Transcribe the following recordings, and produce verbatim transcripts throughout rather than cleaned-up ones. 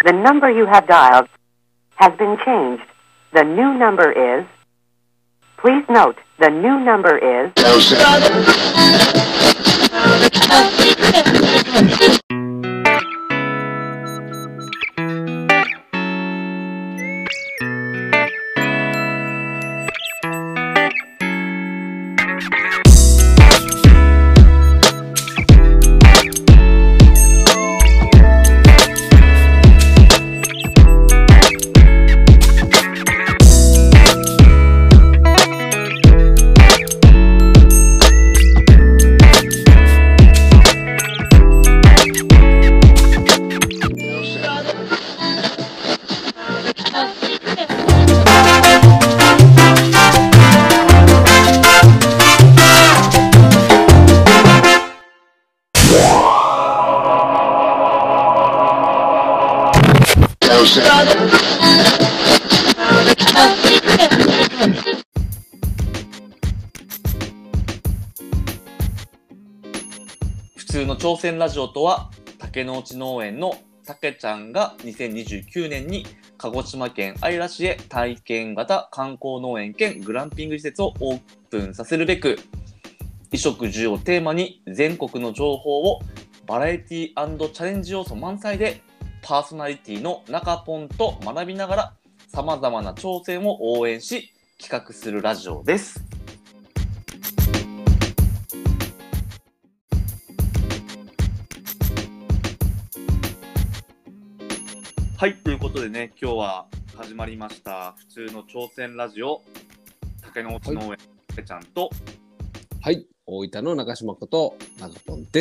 The number you have dialed has been changed. The new number is... Please note, the new number is... 普通の挑戦ラジオとは、竹之内農園のたけちゃんがにせんにじゅうきゅうねんに鹿児島県姶良市へ体験型観光農園兼グランピング施設をオープンさせるべく、衣食住をテーマに全国の情報をバラエティー&チャレンジ要素満載で、パーソナリティの中ポンと学びながらさまざまな挑戦を応援し企画するラジオです。はい、ということでね、今日は始まりました普通の挑戦ラジオ、竹之内農園のたけちゃんと、 はい、大分の中島こと中ポンです。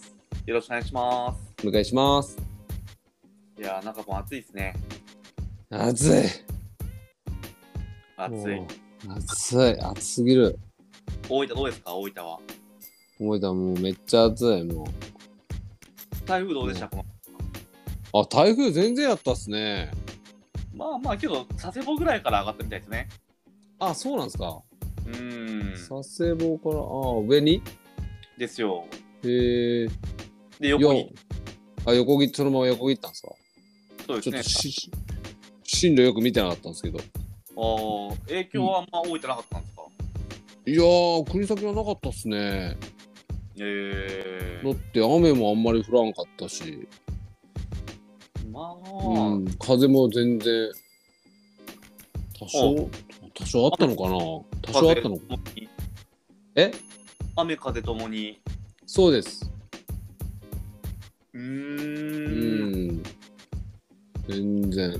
よろしくお願いします。 お願いします。 いやー、中ポン暑いですね。 暑い。 暑い。 暑い、暑すぎる。 大分どうですか、大分は。 大分もうめっちゃ暑い、もう。 台風どうでした、この。 あ、台風全然やったっすね。 まあまあけど佐世保ぐらいから上がったみたいですね。 あ、そうなんですか。 うーん。 佐世保から、あ、上にですよ。 へえ。 で、横に。 あ、横切って、そのまま横切ったんですか。 そうですね。 ちょっとし進路よく見てなかったんですけど。 ああ、影響はあんま大分なかったんですか。 うん、いやー、国先はなかったっすね。 えー、 だって雨もあんまり降らんかったし。 まあ、 うん、風も全然多少多少あったのかな。多少あったのか。え？ 雨風ともに。 そうです。 うーん。 うん。全然。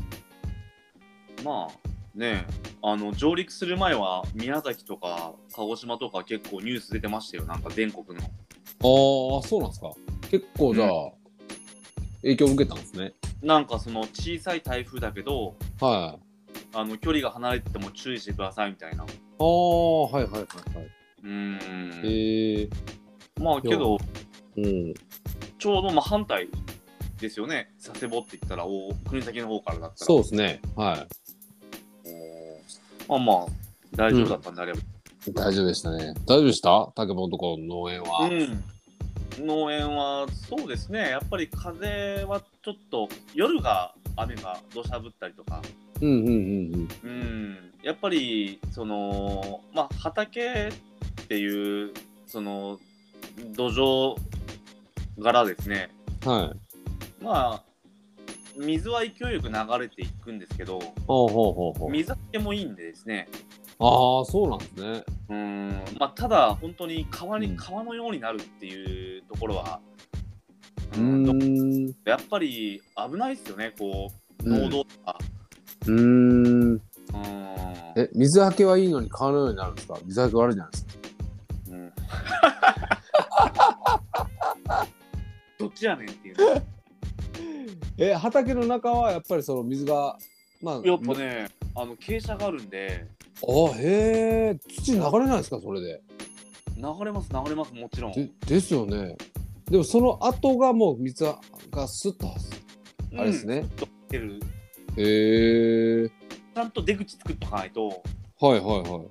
まあね、あの上陸する前は宮崎とか鹿児島とか結構ニュース出てましたよ。なんか全国の。 ああ、そうなんですか。結構じゃあ、うん、影響を受けたんですね。 なんかその小さい台風だけど、 はい、 あの距離が離れてても注意してくださいみたいな。ああ、はいはいはいはい。 うーん。 へえ。 まあけど、 うん、 ちょうどまあ反対ですよね。佐世保って言ったらお国先の方からだったら。 そうですね。はい。 まあまあ大丈夫だったんであれば、 うん、大丈夫でしたね。大丈夫でした？竹本とこの農園は。 うん、農園はそうですね。やっぱり風はちょっと夜が雨が土砂降ったりとか、 うんうんうんうん、 うん、やっぱりそのまあ畑っていうその土壌柄ですね。 はい。 まあ水は勢いよく流れていくんですけど、 ほうほうほうほう、 水はけもいいんでですね。 ああ、そうなんですね。 うーん、まあただ本当に川に、うん、川のようになるっていうところは、 うん、うーん、 やっぱり危ないですよね。こう農道とか。 うーん。うーん。え、水はけはいいのに川のようになるんですか？水はけ悪いじゃないですか。うん。 どっちやねんっていう、ね。 え、畑の中はやっぱりその水が、 まあ、やっぱね、あの傾斜があるんで。 あ、へえ、土流れないですか、それで。 流れます、流れます、もちろん。 で、ですよね。でもその後がもう水がスッと、うん、あれですね。 出る。 へえ。 ちゃんと出口作っとかないと。 はいはいはい。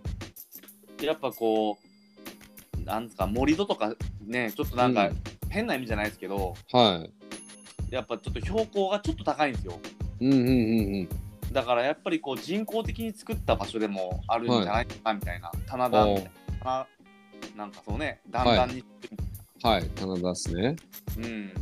やっぱこう、なんですか、盛り土とかね、ちょっとなんか変な意味じゃないですけど、 うん、はい。 やっぱちょっと標高がちょっと高いんですよ。 うんうんうんうんだからやっぱりこう人工的に作った場所でもあるんじゃないかなみたいな、棚田みたいな、なんかそうね、段々に、 はい棚田ですね。 うん、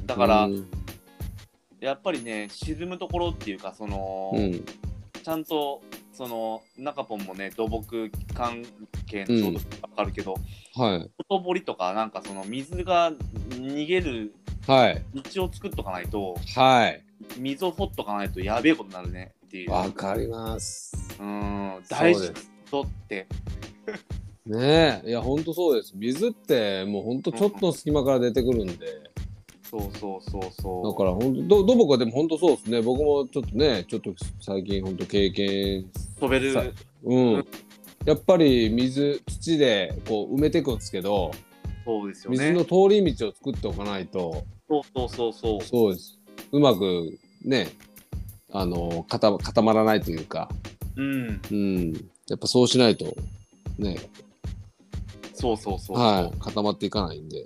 だからうんやっぱりね沈むところっていうかその、 うんちゃんとその中ポンもね土木関係の仕事かかるけど、 はい外堀とかなんかその水が逃げるはい道を作っとかないと、 はい水を掘っとかないとやべえことになるねっていう。 わかります。 うん大事そうですとってねえいやほんとそうです。水ってもうほんとちょっとの隙間から出てくるんで、 そうそうそうそうだからほんとど土木はでもほんとそうですね。僕もちょっとねちょっと最近ほんと経験飛べるさうんやっぱり水土でこう埋めていくんですけど、 そうですよね。 水の通り道を作っておかないと、 そうそうそうそうそうですうまくねあの固固まらないというか、 うんうんやっぱそうしないとねそうそうそうそう、 はい固まっていかないんで。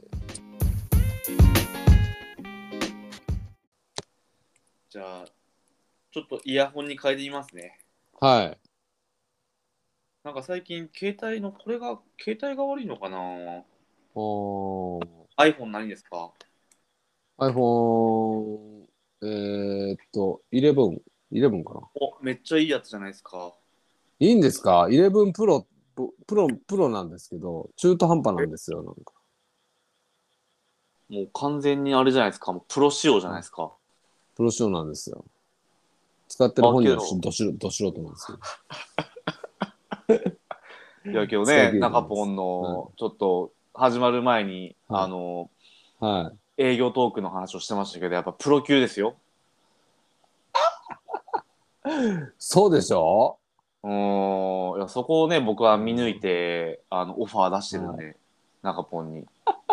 じゃあちょっとイヤホンに変えてみますね。 はいなんか最近携帯のこれが携帯が悪いのかな。 おー iPhone 何ですか？ iPhone えー、っとじゅういち じゅういちかな。 おめっちゃいいやつじゃないですか。 いいんですか？ じゅういち プロプロプロなんですけど中途半端なんですよ。なんかもう完全にあれじゃないですか。もうプロ仕様じゃないですか。 プロ仕様なんですよ。使ってる本人はあけどど素ど素人なんですけど。 いやけどね、 使い切れてない中ポンのちょっと始まる前に、 はいあのはい営業トークの話をしてましたけど、やっぱプロ級ですよ。 そうでしょ？ うーん、いやそこをね僕は見抜いてあのオファー出してるんで、中ポンに。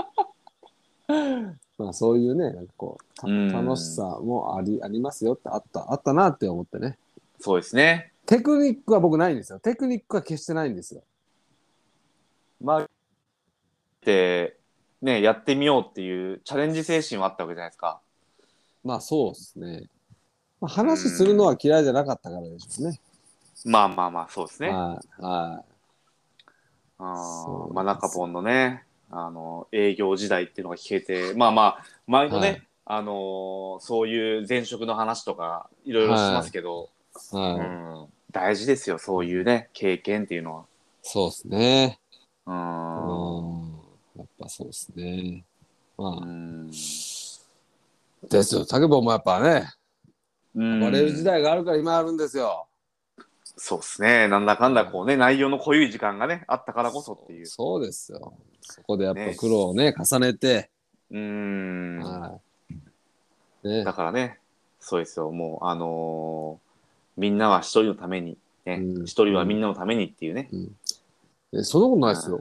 まあそういうねなんかこうたうん楽しさもありありますよってあったあったなって思ってね。 そうですね。 テクニックは僕ないんですよ。テクニックは決してないんですよ。 まあってねやってみようっていうチャレンジ精神はあったわけじゃないですか。 まあそうですね。まあ、話するのは嫌いじゃなかったからでしょうね。 まあまあまあそうですね。 はいはあそうまあ中ポンのねあの営業時代っていうのが聞けて、まあまあ毎度ね、 はい、 あのーそういう前職の話とかいろいろしますけど、 いはい、 うん、大事ですよそういうね経験っていうのは。 そうですね。 ううんんやっぱそうですね。まあ、 うんですよ。竹本もやっぱねうん暴れる時代があるから今あるんですよ。 そうですね。なんだかんだこうね、内容の濃い時間がね、あったからこそっていう。 そうですよ。そこでやっぱ苦労をね重ねて、 うーん。 はいね、 だからね、そうですよ。もう、あのーみんなは一人のために、ね、 うん一人はみんなのためにっていうね。 うんえそんなことないですよ。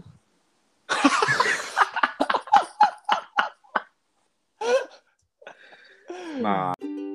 まあ。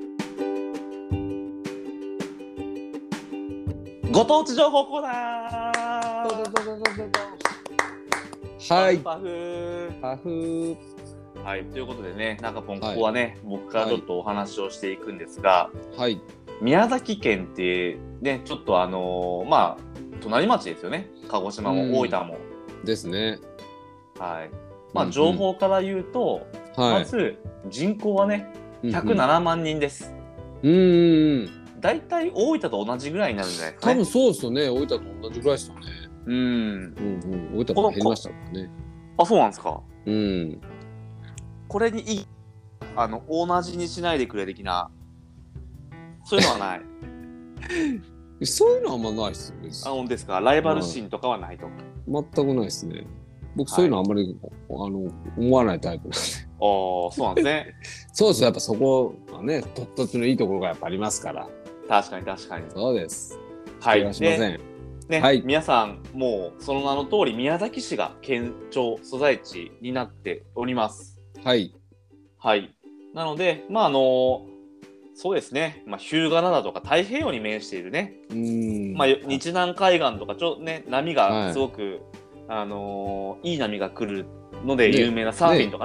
ご当地情報コーナーはい。 パフーパフはい、ということでね、中ポン、こはいこはね、僕からちょっとお話をしていくんですが、 はい。 宮崎県ってね、ちょっとあのーまあ、隣町ですよね。鹿児島も大分も。 ですね。 はい。まあ、 うんうん情報から言うと、 はい。 まず人口はね、ひゃくななまん人です。 うんうんうん。 だいたい大分と同じぐらいになるんじゃないですかね。 多分そうですよね。大分と同じぐらいですよね。 うん。 うんうん。大分も減りましたもんね。 あ、そうなんですか。 うん。 これにいあの同じにしないでくれ的な、そういうのはない。 そういうのはあんまないっすよね。 あ、本当ですか。ライバル心とかはないと。 全くないですね。僕そういうのあんまり、あの思わないタイプなんで。 ああ、そうなんですね。 そうですよ。やっぱそこはね、とっとちのいいところがやっぱありますから。 確かに確かに。 そうです。 はい。 気がしません。 ね、 はい皆さんもうその名の通り宮崎市が県庁所在地になっております。 はい。 はい。なので、まああのそうですね、まあ、日向灘とか太平洋に面しているね、 うーん。 まあ、日南海岸とかちょ、ね、波がはいすごく、あのーいい波が来るのでね有名なサーフィンとかね。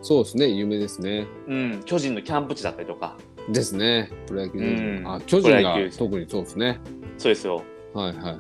そうですね、有名ですね。 うん、巨人のキャンプ地だったりとか。 ですね、プロ野球場、 うんあ、巨人がプロ野球特にそうですね。 そうですよ。 はいはいはい。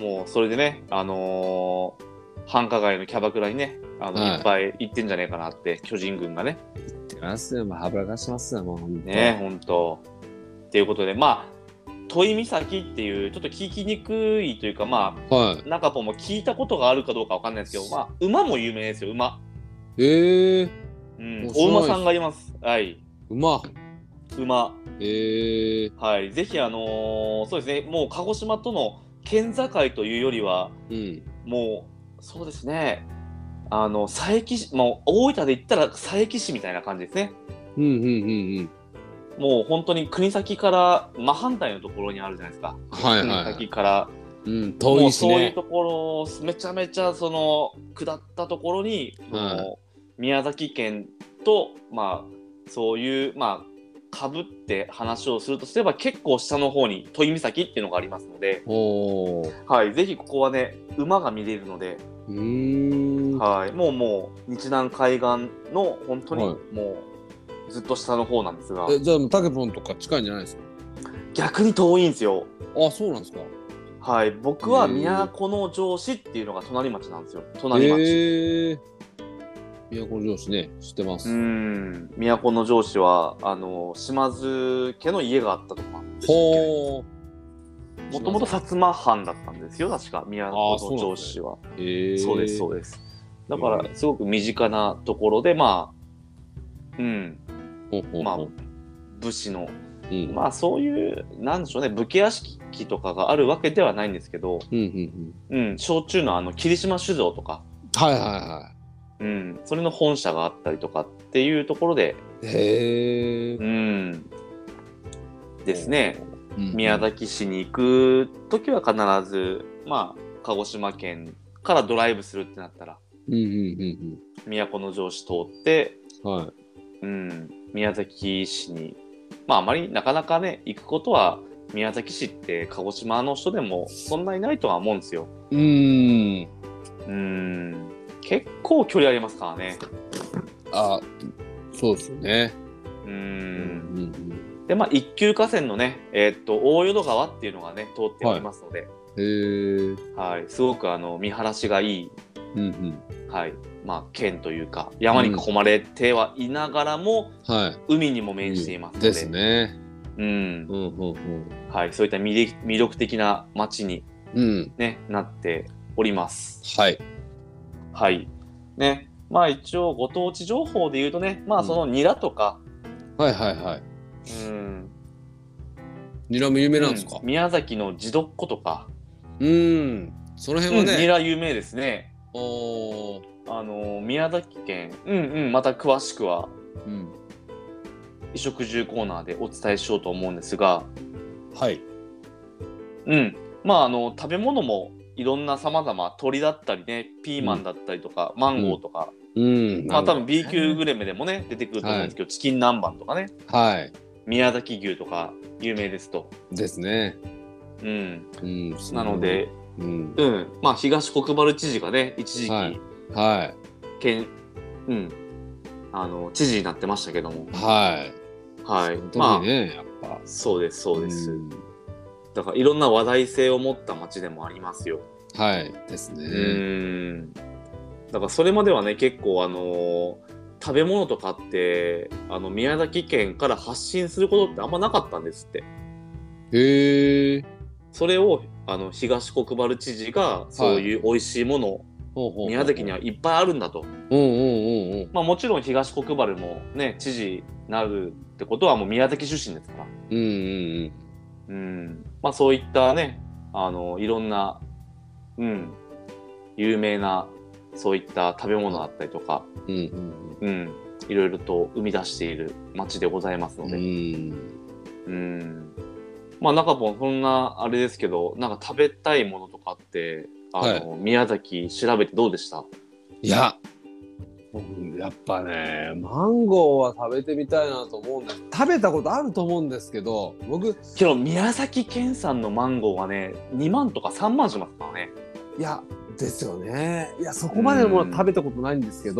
もうそれでね、あのー繁華街のキャバクラにね、あの、 はいいっぱい行ってんじゃねえかなって、巨人軍がね。 出ますよ、もうはぶらかしますよ、もうほんと。 ね、ほんと。っていうことで、まあ、土井岬っていう、ちょっと聞きにくいというか、まはあ、中ポンも聞いたことがあるかどうかわかんないですけど、まあ、馬も有名ですよ、馬。 い。えー、 うん面、白いお馬さんがいます。はい。 馬。 馬。 えー、 はい。ぜひ、あのーそうですね、もう鹿児島との県境というよりは、 うん。 もう、そうですね、あの、佐伯市、もう大分で言ったら佐伯市みたいな感じですね。 うんうんうんうん。 もう本当に国東から真反対のところにあるじゃないですか。 はいはい国東から。 うん、 も遠いうしね。 そういうところ、めちゃめちゃその下ったところに、 はいその宮崎県と、まあ、そういう、まあ、かぶって話をするとすれば結構下の方に都井岬っていうのがありますので、 おー。 はい、ぜひここはね、馬が見れるので、 うーん。 はい、もうもう日南海岸の本当にはいもうずっと下の方なんですが、 え、じゃあ、タケポンとか近いんじゃないですか？ 逆に遠いんですよ。 あ、そうなんですか。 はい、僕はへー都城市っていうのが隣町なんですよ。隣町。 えー。都城市ね、知ってまうす。 ん、都城市はあの島津家の家があったとこなんですけど、 ほー。 もともと薩摩藩だったんですよ、確か都城市は。 えー、 そうですそうです。だからすごく身近なところで、まあ、うん、 ほうほうほう。 まあ武士のうん、 まあそういうなんでしょうね、武家屋敷とかがあるわけではないんですけど、 うんうんうん。 うん、焼酎のあの霧島酒造とか、 はいはいはうん、それの本社があったりとかっていうところで、 い。へえ。 うん、ですね。 うんうん、 宮崎市に行くときは必ず、まあ、鹿児島県からドライブするってなったら、 うんうんうん都城市通って、 うん。はい。 うん、宮崎市に、まあ、あまりなかなかね、行くことは、宮崎市って鹿児島の人でもそんなにないとは思うんですよ。 うーん。 うん、結構距離ありますからね。 あ、そうですよね。 ううんん。で、まあ、一級河川のね、えーっと、大淀川っていうのがね、通っておりますので、 うん。へえ。 はい、すごくあの見晴らしがいい、 うんうん。 はい、まあ、県というか、山に囲まれてはいながらも、 は海にも面していますのい。 で、 ですね。 うん、 うんうんはい、そういった魅力魅力的な街に、 うん。うん。 ね、なっております。 はい。 はい。ね、まあ一応ご当地情報で言うとね、まあそのニラとか、 はいはいはい。 うん、 ニラも有名なんですか？ うん宮崎の地どっことか、 うーん。その辺はうん、ニね。 ラ有名ですね。 おー。 あの宮崎県、うんうん、また詳しくはうん。 衣食住コーナーでお伝えしようと思うんですが、 はい。 うん、まああの食べ物もいろんなさまざま鳥だったりね、ピーマンだったりとか、マンゴーとか、 うん。 まあ多分 B 級グルメでもね出てくると思うんですけど、チキン南蛮とかね、 はい。 宮崎牛とか有名ですと。 ですね。 うん、 うん。 なので、 うん。 うん、まあ東国原知事がね一時期、 はいはい。 県うんあの知事になってましたけども、 はい。 はい、 その時まあね、やっぱ。 そうですそうです。 んだからいろんな話題性を持った街でもありますよ。 はい。ですね。 うーん。だからそれまではね結構あのー食べ物とかってあの宮崎県から発信することってあんまなかったんですって。 へえ。 それをあの東国原知事がそういう美味しいもの、 ほうほうほう宮崎にはいっぱいあるんだと。 うんうんうんうん。 まあもちろん東国原もね知事になるってことはもう宮崎出身ですから。 うんうんうん。まあそういったねあのいろんなうん有名なそういった食べ物だったりとか、 うん。うんうん、いろいろと生み出している町でございますのうんうで、 ん。 うん、まあ中ポンそんなあれですけど、なんか食べたいものとかってあの、宮崎調べてどうでした？ いや、僕やっぱね、マンゴーは食べてみたいなと思うんです。食べたことあると思うんですけど、僕、 けど宮崎県産のマンゴーはねにまんとかさんまんしますからね。 いや、ですよね。いや、そこまでのものは食べたことないんですけど、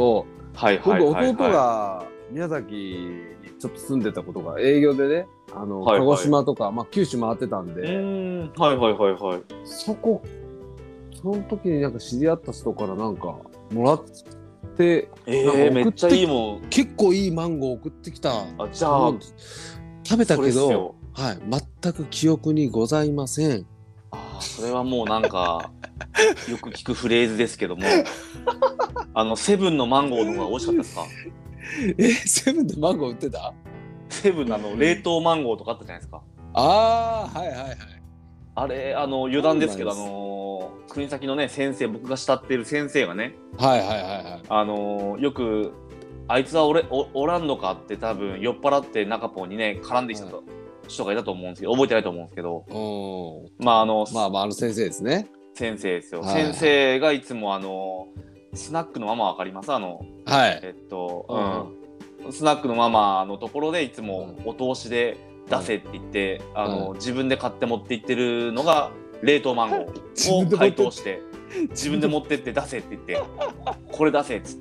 はいはい僕、 はいはい。 弟が宮崎にちょっと住んでたことが営業でね、あの、 はいはい鹿児島とか、まあ、九州回ってたんうで、 ーん、はいはいはいはい。 そこ、その時になんか知り合った人からなんかもらって、 えー、 なんか送ってめっちゃいいもん。 結構いいマンゴー送ってきた。 あ、じゃあ、 食べたけそれっすどよ、 はい、全く記憶にございません。 あーそれはもうなんか、よく聞くフレーズですけども、あの、セブンのマンゴーの方が美味しかったですか？ え、セブンでマンゴー売ってた？ セブンのあの、冷凍マンゴーとかあったじゃないですか。 ああ、はいはいはい。 あれ、あの、余談ですけど、あそうなんのー、国先のね、先生、僕が慕っている先生がね、 はいはいはいはい。 あのー、よく、あいつは俺おおらんのかって多分酔っ払って中ポンにね絡んできたと、人がいたと思うんですけど、覚えてないと思うんですけど、 うん。 まああの、 まあまあ、あの先生ですね。 先生ですよ、 はい先生がいつもあのスナックのママわかります？あのはい。 えっと、うん、スナックのママのところでいつもお通しで出せって言って、 うんあのうん自分で買って持って行ってるのが冷凍マンゴ自ーを分で持って解凍して自分で持ってって出せって言ってこれ出せっつって、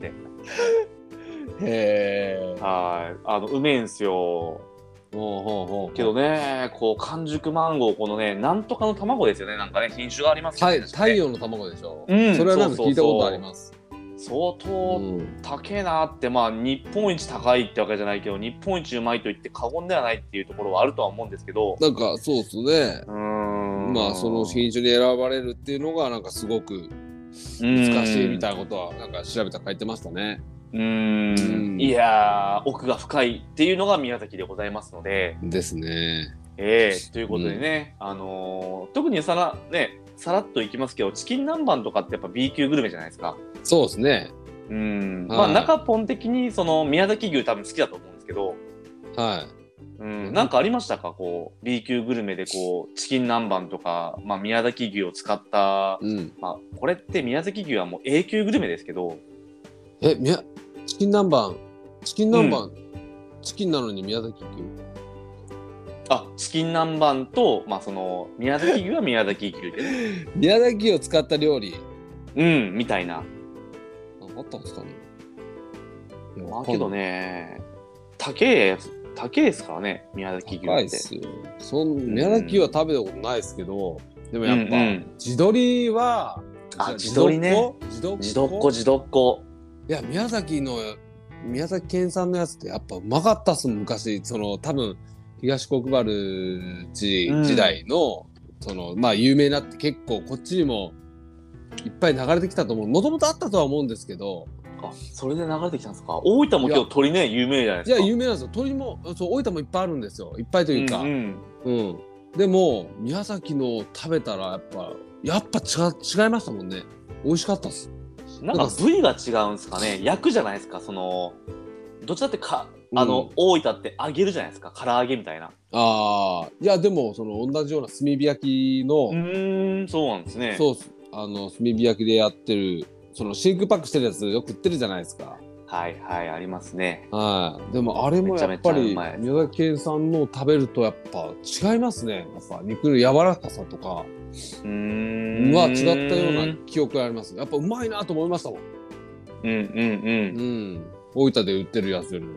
へえ。 はい、あのうめえんすよ。 ほうほうほう。 けどね、こう完熟マンゴー、このね、なんとかの卵ですよね、なんかね、品種がありますよね。 はい、太陽の卵でしょ。 うんそれはなんか聞いたことあります。 相う当ん。 高えなって、まあ日本一高いってわけじゃないけど、日本一うまいと言って過言ではないっていうところはあるとは思うんですけど、 なんかそうっすね。 うーん、 まあその品種に選ばれるっていうのがなんかすごく難しいみたいなことはなんか調べたら書いてましたね。 うーん、 うんいやー、奥が深いっていうのが宮崎でございますので、 ですね。 えー、ということでね、あのー特にさらね、さらっといきますけど、チキン南蛮とかってやっぱ B 級グルメじゃないですか。 そうですね。 うん、 はいまあ中ポン的にその宮崎牛多分好きだと思うんですけど、 はうん、なんかありましたか、こう B 級グルメでこうチキン南蛮とか、まあ、宮崎牛を使った、 い。うん。 まあ、これって宮崎牛はもう A 級グルメですけど、 え、みやチキン南蛮チキン南蛮、チキンなのに宮崎牛？ あ、チキン南蛮と、まあ、その宮崎牛は宮崎牛で、ね、 宮崎牛を使った料理うんみたいな。 なんかあったんですかね。いやまあけど。ね、高えやつ高えですからね、宮崎牛って。 高いっすよ。そん宮崎牛は食べたことないですけど、でもやっぱ、 うんうん、 地鶏はあ地鶏ね。 地鶏地どっこ地どっこ。 いや宮崎の宮崎県産のやつってやっぱうまかったっすもん昔。その多分東国原地時代の、うん、そのまあ有名になって結構こっちにもいっぱい流れてきたと思う。もともとあったとは思うんですけど。 あ、それで流れてきたんですか。大分も今日鳥ね有名じゃないですか。 いや有名なんですよ。鳥もそう大分もいっぱいあるんですよ。いっぱいというか。 うんうんうん、でも宮崎の食べたらやっぱやっぱ違違いましたもんね。美味しかったっす。 なんか部位が違うんですかね。焼くじゃないですか。そのどっちだってかあの、うん、大分って揚げるじゃないですか。唐揚げみたいな。 ああ、いやでもその同じような炭火焼きの。 うーん、そうなんですね。 そうあの炭火焼きでやってるその真空パックしてるやつよく売ってるじゃないですか。 はいはいありますね。 はい。でもあれもやっぱり宮崎県産の食べるとやっぱ違いますね。やっぱ肉の柔らかさとか。 うーん。 は違ったような記憶があります。やっぱうまいなと思いましたもん。 うんうんうん。 うん。大分で売ってるやつよりも。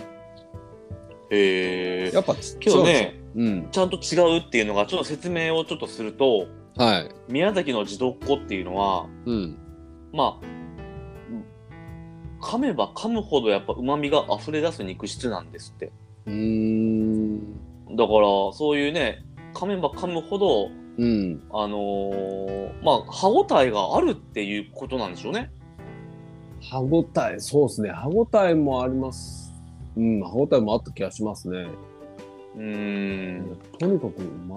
へえ。 やっぱけどね、 うん、 ちゃんと違うっていうのがちょっと説明をちょっとすると、 はい。 宮崎の地どっこっていうのは、 うん、 まあ噛めば噛むほどやっぱ旨味が溢れ出す肉質なんですって。 うーん。 だからそういうね、噛めば噛むほど、 うん、 あのー、まあ歯ごたえがあるっていうことなんでしょうね。 歯ごたえ、そうですね。歯ごたえもあります。うん、歯ごたえもあった気がしますね。 うーん。 とにかくうまい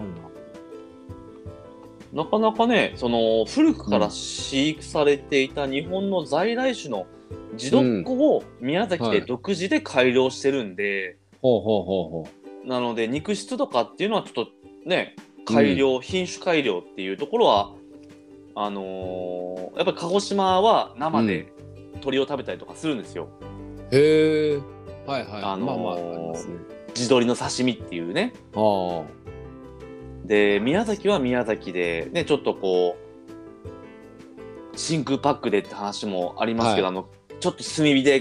な。なかなかね、その古くから飼育されていた日本の在来種の地どっこを宮崎で独自で改良してるんで、 うん、はい、ほうほうほうほう。なので肉質とかっていうのはちょっとね、改良、うん、品種改良っていうところはあのー、やっぱり鹿児島は生で鳥を食べたりとかするんですよ。 うん、へえ。はいはい。 あのー、 まあまあありますね。 地鶏の刺身っていうね。 ああ。 で宮崎は宮崎でね、ちょっとこう真空パックでって話もありますけど、はい、あのちょっと炭火で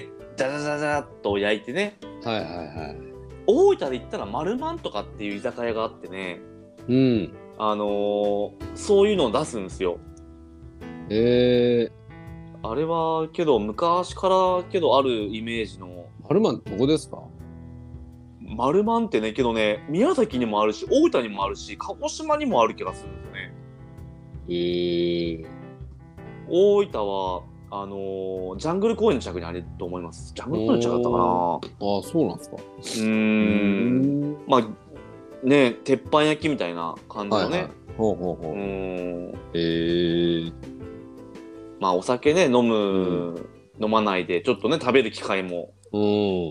ジャジャジャジャっと焼いてね、 はいはいはい。 大分で言ったら丸まんとかっていう居酒屋があってね、 うん。 あのー、そういうのを出すんですよ。 えー、 あれはけど昔からけどあるイメージのマルマンどこですか？ 丸まんってね、けどね、宮崎にもあるし大分にもあるし鹿児島にもある気がするんですよね。 えー、 大分はあのー、ジャングル公園の近くにあると思います。ジャングル公園の近くだったかな。 ああ、そうなんですか。 うーん、まあね、鉄板焼きみたいな感じのね、 はいはい、ほうほうほう。 うーん、 えー、 まあお酒ね飲む、 うん、 飲まないでちょっとね食べる機会も、 うん。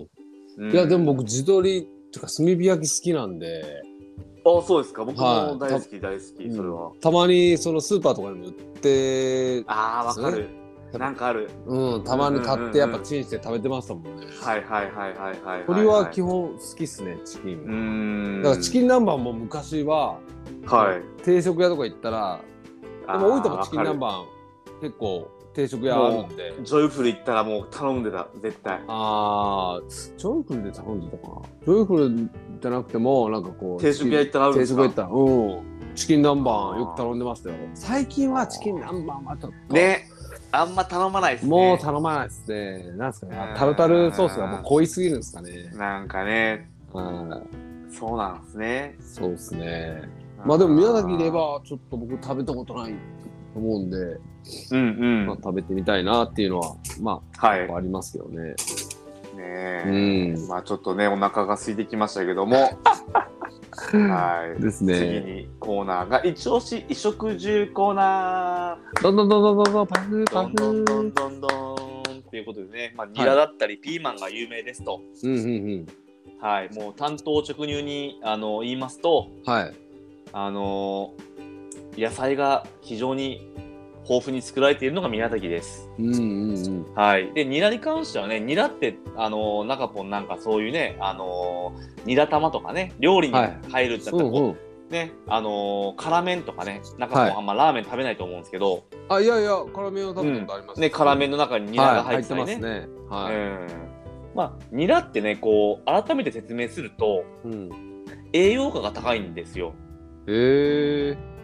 うん、 いやでも僕地鶏とか炭火焼き好きなんで、 あ、そうですか。僕はいも大好き、大好き、それは。 たまにそのスーパーとかにも売ってああ、わかる。なんかある。 うん、たまに買ってやっぱチンして食べてましたもんね。 はいはいはいはいはい。 鶏は基本好きっすね、チキン。 うーん。 だからチキン南蛮も昔は、 はい。 定食屋とか行ったら、でも大分もチキン南蛮結構定食屋あるんで。 ジョイフル行ったらもう頼んでた、絶対。 ああ、ジョイフルで頼んでたかな。ジョイフルじゃなくても、なんかこう、 定食屋行ったらあるんですか？ 定食屋行ったら、うん。チキン南蛮よく頼んでましたよ。最近はチキン南蛮はちょっと。 ね。あんま頼まないですね。 もう頼まないですね。なんすかね。タルタルソースがもう濃いすぎるんですかね。 なんかね。 うん。 そうなんですね。 そうですね。まあでも宮崎で言えばちょっと僕食べたことないと思うんで、 うんうん。 まあ、食べてみたいなっていうのはまあ、はい、ありますけどね。 ねえ、うん、まあちょっとねお腹が空いてきましたけどもはいですね。 次にコーナーが一押し衣食住コーナー。どんどんどんどんどんどんパフパフどんどんどんどんということでね、まあ、ニラだったりピーマンが有名ですと。 うんうんうん。 はい、もう単刀直入にあの言いますと、 はい、 あの野菜が非常に豊富に作られているのが宮崎です。 うんうんうん。 はい。で、ニラに関してはね、ニラってあの中ポンなんかそういうね、あのニラ玉とかね、料理に入るってなったらこう、はい、うんうん、ね、あの辛麺とかね、中ポン、はい、あんまラーメン食べないと思うんですけど、 あ、いやいや辛麺は食べたことあります、 うん、ね、辛麺の中にニラが入ってたりね。 はい、入ってますね。はい。うん、 まあニラってね、こう改めて説明すると、うん、栄養価が高いんですよ。 へえ。 うん。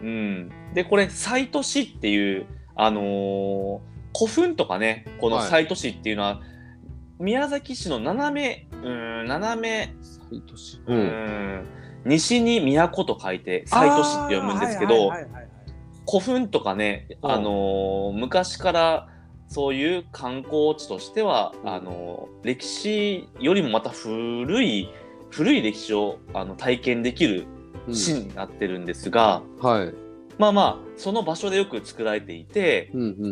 でこれ西都市っていうあのー、古墳とかね、この西都市っていうのは、はい、宮崎市の斜め、うーん、斜め、 西都市、 うん、西に都と書いて西都市って読むんですけど、古墳とかね、あのー、昔からそういう観光地としては、うん、あのー、歴史よりもまた古い古い歴史をあの体験できる市になってるんですが、 うん、はい。 まあまあその場所でよく作られていて、 うんうんうん、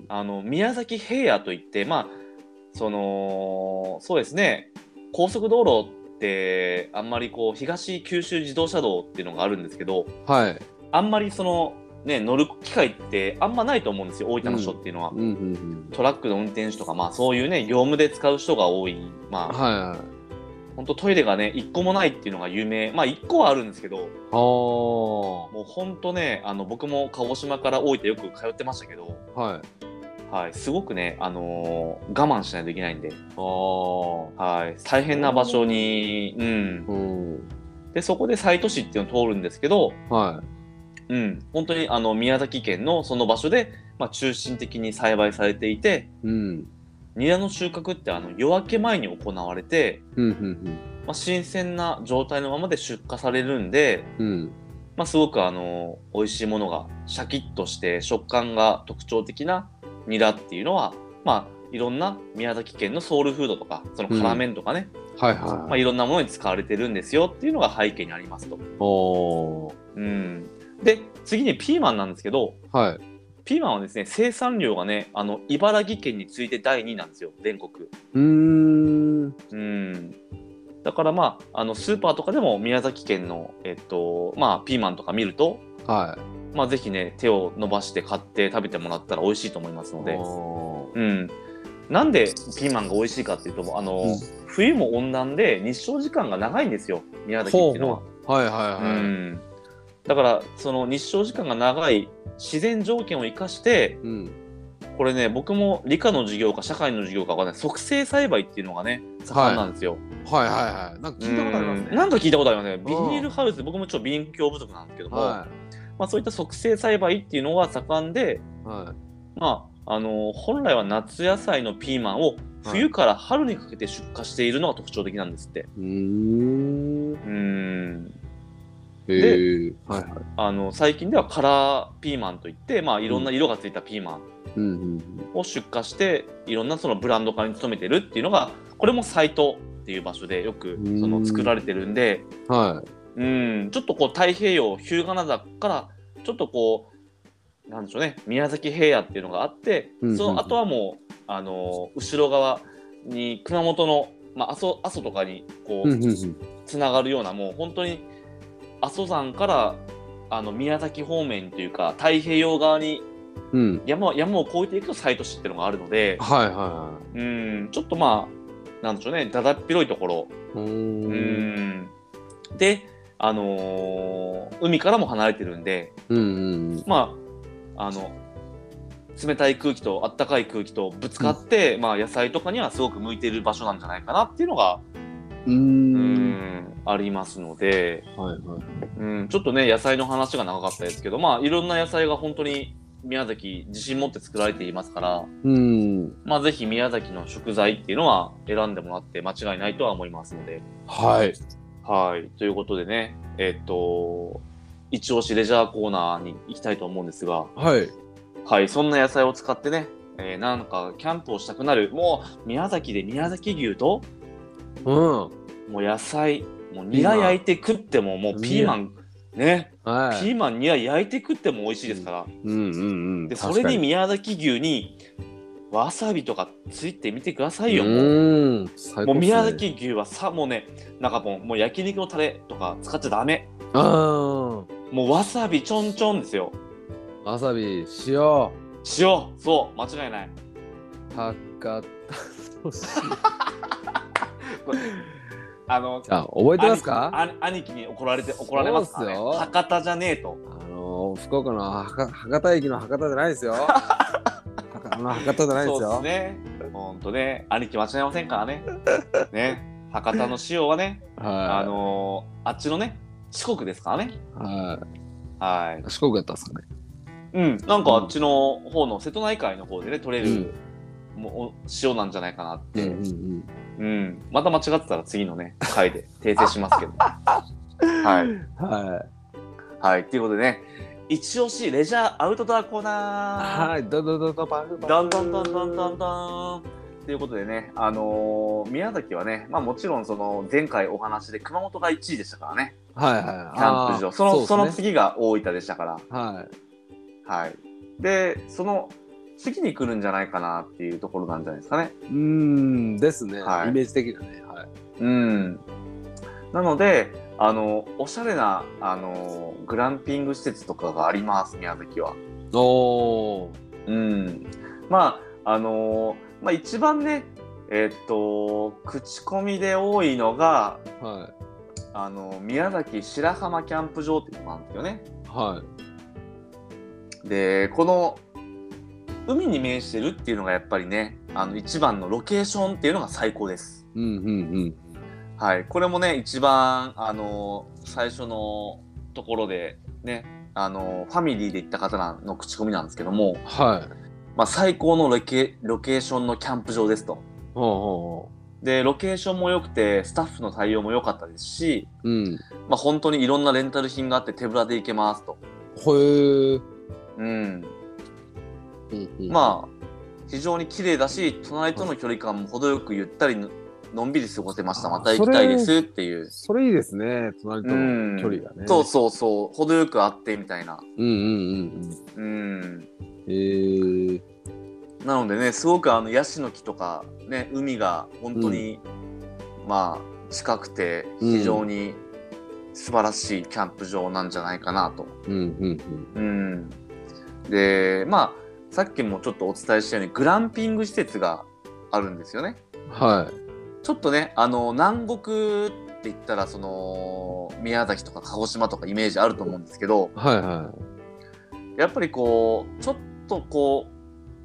あの宮崎平野といってまあそのそうですね、高速道路ってあんまりこう東九州自動車道っていうのがあるんですけど、 はい、 あんまりそのね乗る機会ってあんまないと思うんですよ、大分の人っていうのは、 うんうんうんうん、 トラックの運転手とかまあそういうね業務で使う人が多い、まあ、 はいはい、 本当トイレがねいっこもないっていうのが有名、まあいっこはあるんですけど、 あもう本当ね、あの僕も鹿児島から大分よく通ってましたけど、 はい、 はい、すごくね、あのー、我慢しないといけないんで、 あ、 はい、大変な場所に、うん、うん、でそこで西都市っていうのを通るんですけど、 はい、 うん、本当にあの宮崎県のその場所で、まあ、中心的に栽培されていて、うん、ニラの収穫ってあの夜明け前に行われて、うんうんうん、まあ、新鮮な状態のままで出荷されるんで、うん、まあ、すごくあの美味しいものがシャキッとして食感が特徴的なニラっていうのは、まあ、いろんな宮崎県のソウルフードとかその辛麺とかね、うん、はいはい、まあ、いろんなものに使われてるんですよっていうのが背景にありますと。 お、 うん、で次にピーマンなんですけど、 はい、 ピーマンはですね生産量がねあの茨城県に次いでだいにいなんですよ、全国。 うーん、 うん、だからまああのスーパーとかでも宮崎県の、えっとまあ、ピーマンとか見ると、 はい、 まあ、ぜひね手を伸ばして買って食べてもらったら美味しいと思いますので、うん、なんでピーマンが美味しいかっていうとあの、うん、冬も温暖で日照時間が長いんですよ、宮崎っていうのは。 ほうほう、はいはいはい、うん、 だからその日照時間が長い自然条件を生かして、うん、 これね、僕も理科の授業か社会の授業かわかんない、促成栽培っていうのがね盛んなんですよ。 はいはいはい。なんか聞いたことありますね。 うんなんか聞いたことありますね。ビニールハウス、僕もちょっと勉強不足なんですけども、 はまあ、そういった促成栽培っていうのが盛んで、 いはまああの本来は夏野菜のピーマンを冬から春にかけて出荷しているのが特徴的なんですって。 い。うーん。 うーんへえ。はいはい。 あの最近ではカラーピーマンといって、まあ、いろんな色がついたピーマンうんうんを出荷していろんなそのブランド化に努めてるっていうのが、これもサイトっていう場所でよくその作られてるんで、 うん。はうんちょっとこう太平洋日向灘からちょっとこうなんでしょうね、宮崎平野っていうのがあって、 うんうんうんその後はもうあの後ろ側に熊本の、まあ、阿蘇阿蘇とかにこい。うんううんうん。 つながるような、もう本当に阿蘇山からあの宮崎方面というか太平洋側にうん。 山山を越えていくと西都市っていうのがあるので、 はいはいはうんちょっとまあなんでしょうね、だだっ広いところ、 い。うー。 うんんで、あのー海からも離れてるんで、 うんうんまああの冷たい空気と暖かい空気とぶつかって、まあ、野菜とかにはすごく向いている場所なんじゃないかなっていうのがうん。ううーん。 んありますので、 はいはい。 うんちょっとね野菜の話が長かったですけど、まあいろんな野菜が本当に宮崎自信持って作られていますから、 うん。 まあぜひ宮崎の食材っていうのは選んでもらって間違いないとは思いますので、 はい。 はいということでね、えっと一押しレジャーコーナーに行きたいと思うんですが、 はい。 はいそんな野菜を使ってね、えーなんかキャンプをしたくなる、もう宮崎で宮崎牛とうん。 もう野菜、もうニラ焼いて食ってももうピーマンね、 はい。 ピーマンニラ焼いて食っても美味しいですから、 うんうんうん。 でそれに宮崎牛にわさびとかついてみてくださいよ。 うもうーん。最高っすねもう宮崎牛はさ、もうね、なんかもうもう焼肉のタレとか使っちゃダメ。 あもうわさびちょんちょんですよ。 あ。わさび、塩、 塩、そう間違いない。 博多の塩。 あのじゃあ、覚えてますか？ 兄貴あ兄貴に怒られて怒られますからね。 そうっすよ博多じゃねえと。 あの福岡の博博多駅の博多じゃないですよ。博あの博多じゃないですそうよ。 ですね。ほんとね、兄貴間違えませんからね。ね、博多の塩はね、 はい。 あのー、あっちのね、四国ですからね。 ははい。 い。四国やったんですかね。 うん、なんかあっちの方の瀬戸内海の方でね、取れる、もうお塩なんじゃないかなって。 うんうんうん、また間違ってたら次のね、回で訂正しますけど。はい。 うん。ははい。ということでね、一押しレジャーアウトドアコーい。 ナー。 はい。どどどどバルバル。 どんどんどんどんどんどん。ということでね、あのー宮崎はね、まあもちろんその前回お話で熊本がいちいでしたからね、 はいはい。 キャンプ場。その、そ,、 そうのですね。 次が大分でしたから。 はい。 はい。で、その次に来るんじゃないかなっていうところなんじゃないですかね。 うーんですね。 はいイメージ的なね。はい。 うん。なので、あの、おしゃれな、あの、グランピング施設とかがあります、宮崎は。 おー。 うん。まあ、あの、まあ一番ね、えっと、口コミで多いのが、 はあの、宮崎白浜キャンプ場っていうのがあるんですよね。 い。はで、この、海に面してるっていうのがやっぱりね、あの、一番のロケーションっていうのが最高です。 い。うんうんうん。 はい。これもね、一番、あの、最初のところで、ね、あの、ファミリーで行った方の口コミなんですけども、 はい。 まあ、最高のロケ、ロケーションのキャンプ場ですと。 ほうほで、ロケーションも良くて、スタッフの対応も良かったですし、 うほう。うん。 まあ、本当にいろんなレンタル品があって手ぶらで行けますと。 ほえー。 うん。 うんうん。 まあ、非常に綺麗だし、隣との距離感も程よくゆったりののんびり過ごせました。また行きたいですっていう。 それいいですね。隣とうんの距離がね。 そうそうそう。程よくあってみたいな。 うんうんうんうん。 うん。へー。 なのでね、すごくあのヤシの木とか、ね、海が本当に、まあ、近くて、非常に素晴らしいキャンプ場なんじゃないかなと。 うんうんうん。で、まあ、さっきもちょっとお伝えしたように、グランピング施設があるんですよね。 うん。はい。 ちょっとね、あの、南国って言ったら、その、宮崎とか鹿児島とかイメージあると思うんですけど、 はいはやっぱりこう、ちょっとこう、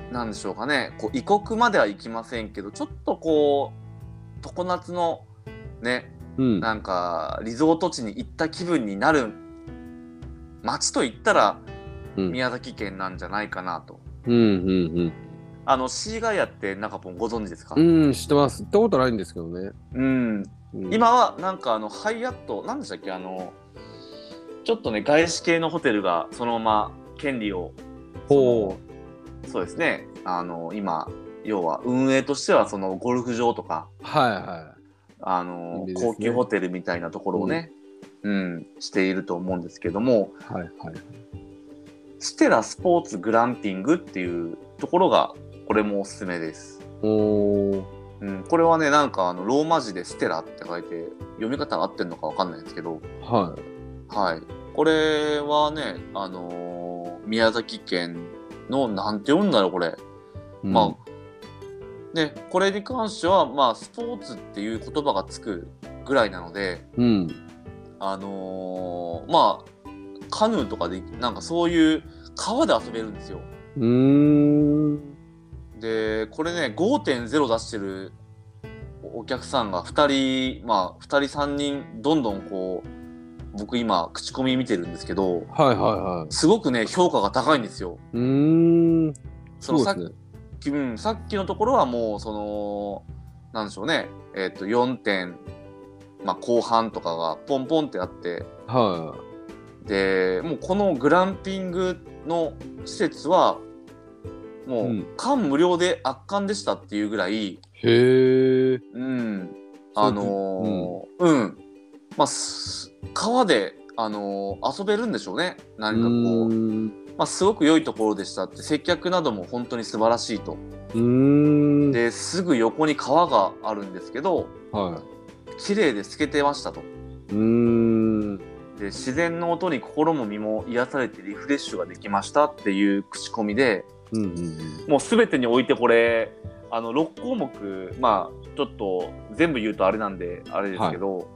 なんでしょうかね、こう異国までは行きませんけど、ちょっとこう常夏のね、 うん。 なんかリゾート地に行った気分になる街といったらうん宮崎県なんじゃないかなと。 うんうんあのシーガイアって中ポンご存知ですか？ うんうん、知ってます。行ったことないんですけどね。 うん、 うん、 今はなんかあのハイアットなんでしたっけ、あのちょっとね外資系のホテルがそのまま権利をほそうですね、あの今要は運営としてはそのゴルフ場とかう。はいはあの、 いいですね高級ホテルみたいなところをね、うん、うん、していると思うんですけども、 はいはい。 ステラスポーツグランピングっていうところがこれもおすすめです。 おー。 うん、これはねなんかあのローマ字でステラって書いて読み方が合ってるのかわかんないんですけど、 はいはい、これはねあのー宮崎県のなんて読むんだろうこれ、 うん、 まあねこれに関してはまあスポーツっていう言葉がつくぐらいなので、 うんあのー、まあカヌーとかでなんかそういう川で遊べるんですよ。 うーん。 でこれね ごてんゼロ 出してるお客さんがふたり、まあふたりさんにんどんどんこう僕今口コミ見てるんですけど、 はいはいはい。 すごくね評価が高いんですよ。 うーん。 そのさっそうですね。 き、うん、さっきのところはもうそのなんでしょうね、えっとよんてん、まあ、後半とかがポンポンってあって、 はでもうこのグランピングの施設はもう、 うん、 感無量で圧巻でしたっていうぐらい、 い。へえ。 うんあのー、うん、うん、まあ川で、あのー、遊べるんでしょうね。何かこう、 うーん、 まあ、すごく良いところでしたって、接客なども本当に素晴らしいと。 うーん。 ですぐ横に川があるんですけど、 は綺麗で透けてましたと。 い。うーん。 で自然の音に心も身も癒されてリフレッシュができましたっていう口コミで、 うんうんうん。 もう全てにおいてこれあのろっこうもく、まあちょっと全部言うとあれなんであれですけど、はい、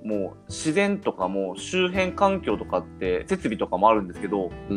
もう自然とかも周辺環境とかって設備とかもあるんですけど、 うん、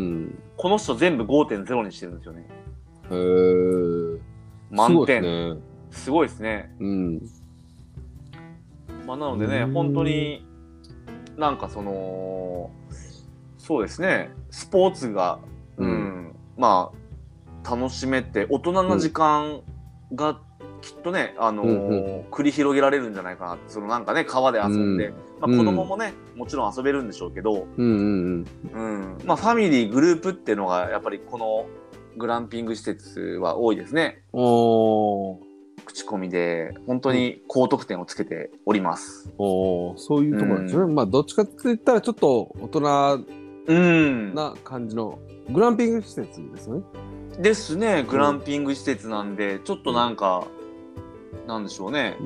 この人全部 ごてんゼロ にしてるんですよね。 へー、 満点。 すごいですね。 すごいですね。 うん、 まあ、なのでね本当になんかそのそうですねスポーツが、うん、うん、まあ楽しめて大人な時間がきっとね、あのーうんうん、繰り広げられるんじゃないかなって。そのなんかね川で遊んで、うん、まあ、子供もね、うん、もちろん遊べるんでしょうけど、 うんうんうんうん、まあ、ファミリーグループっていうのがやっぱりこのグランピング施設は多いですね。 おー、 口コミで本当に高得点をつけております。 うん、おー、そういうところですね、うん、まあどっちかって言ったらちょっと大人な感じのグランピング施設ですね。 ですね、グランピング施設なんで、うん、ちょっとなんか、うん、なんでしょうね、うん、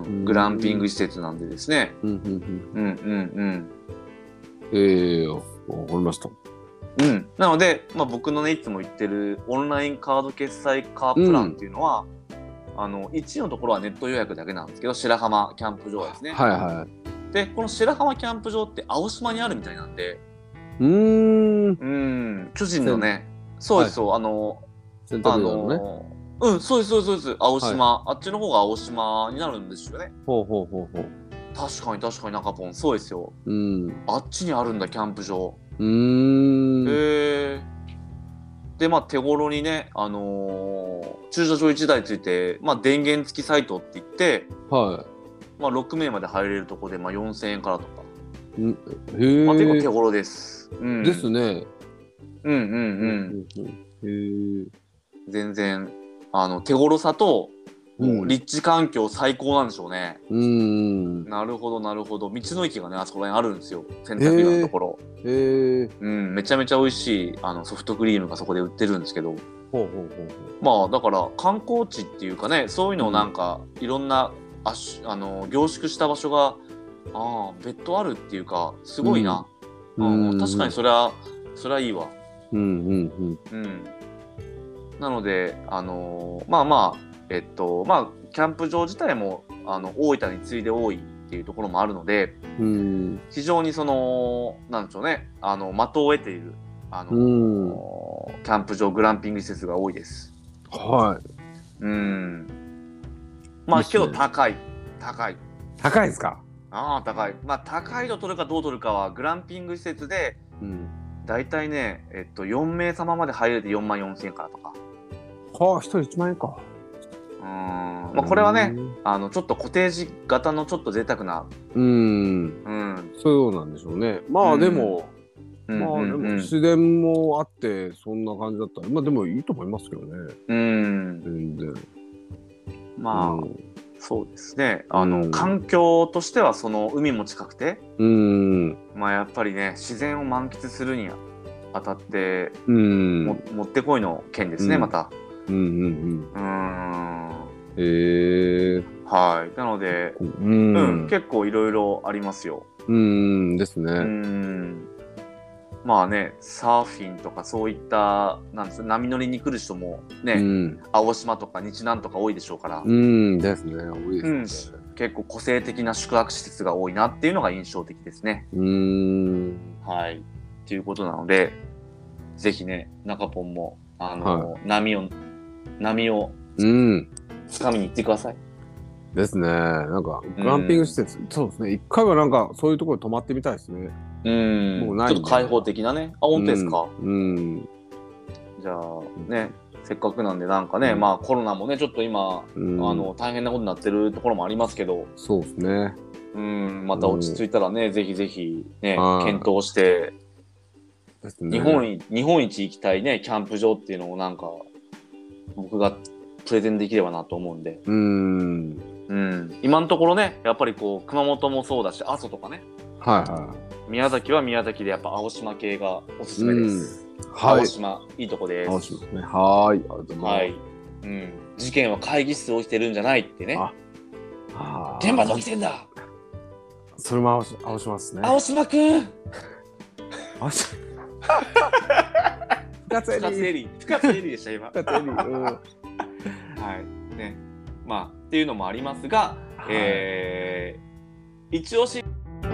うん、グランピング施設なんでですね、うんうんうんうんうんえー、わかりました。 うん、なので、まあ、僕のねいつも言ってるオンラインカード決済カープランっていうのは、うん、あのいちのところはネット予約だけなんですけど、白浜キャンプ場ですね。 はいはい。 でこの白浜キャンプ場って青島にあるみたいなんで、 うーん、 うん、巨人のね、そうです、そう、はい、あの、 あの、 ね、うん、そうです、そうです、そうです、青島、はい、あっちの方が青島になるんですよね。 ほうほうほうほう。 確かに確かに中ポン、そうですよ。 うん。 あっちにあるんだ、キャンプ場。 うーん。 へえ。で、まあ、手頃にね、あのー、駐車場いちだいついて、まあ、電源付きサイトって言って、 はい。 まあ、ろくめいまで入れるとこで、まあ、よんせんえんからとか。 んへえ。 まあ、結構手頃です。うん、 ですね。 うんうんうん。 へえ。 全然あの手頃さと、もう立地環境最高なんでしょうね。 うん。 なるほどなるほど。道の駅がねあそこら辺あるんですよ。洗濯機のところ。 へえ。 うん、めちゃめちゃ美味しいあのソフトクリームがそこで売ってるんですけど。ほうほうほうほう。まあだから観光地っていうかね、そういうのをなんか、うん、いろんなあしあの凝縮した場所があ別途あるっていうかすごいな。うん、うん、確かにそれはそれはいいわ。 うんうんうん。 うん。なので、あのー、まあまあ、えっと、まあ、キャンプ場自体も、あの、大分に次いで多いっていうところもあるので、 うん、 非常にその、なんでしょうね、あの、的を得ている、あのー、 キャンプ場グランピング施設が多いです。 はい。 うんまあいいっすねけど高い高い高いですか？ ああ高いまあ高いと取るかどう取るかはグランピング施設でうん。 だいたいねえっとよん名様まで入れてよんまんよんせんえんからとかはあ、一人いちまん円か。 うーんまあこれはねあのちょっとコテージ型のちょっと贅沢なうん。 うんそうなんでしょうね。まあうんでも、 うんまあでうんうんも自然もあってそんな感じだったら、まあでもいいと思いますけどね。 うん全然。 まあ、 うんそうですねあの、 うん、 環境としてはその海も近くてうん、 まあやっぱりね自然を満喫するにあたってうん、 ももってこいの県ですね、 うんまたうん、うん、 うーんへえ、 はいなのでううんん、 結構いろいろありますようんですうね。 んまあねサーフィンとかそういったなんです波乗りに来る人もね、 うん、 青島とか日南とか多いでしょうからうんですね。多いうんですね。 結構個性的な宿泊施設が多いなっていうのが印象的ですね。 うん、 はい。ということなので、ぜひね、中ポンも、あの、 は波を、波をうん、 つかみに行ってください。 ですね。なんかグランピング施設、そうですね。一回はなんかそういうところに泊まってみたいですね。 うん。 もうないんでちょっと開放的なね。あ、本当ですか。 うん、 じゃあ、ね、せっかくなんで、なんかね、 うんまあコロナもね、ちょっと今、 うんあの、大変なことになってるところもありますけど、 そうですね。 うん、また落ち着いたらね、ぜひぜひ、ね、 はい検討して、 ですね。 日本い日本一行きたいねキャンプ場っていうのをなんか僕がプレゼンできればなと思うんで、 うん、 うん、今のところねやっぱりこう熊本もそうだし阿蘇とかねはいは宮崎は宮崎でやっぱ青島系がおすすめです、 い。はい。 青島いいとこです青島ね。はい。ありがとうございます。 はい、うん、事件は会議室で起きてるんじゃないってねああ現場で起きてんだそれも青し青島ですね。 青島くん青島。深津深津絵里深津絵里でした今深津絵里。うん。 はいねまあっていうのもありますが、 はいえー、一押し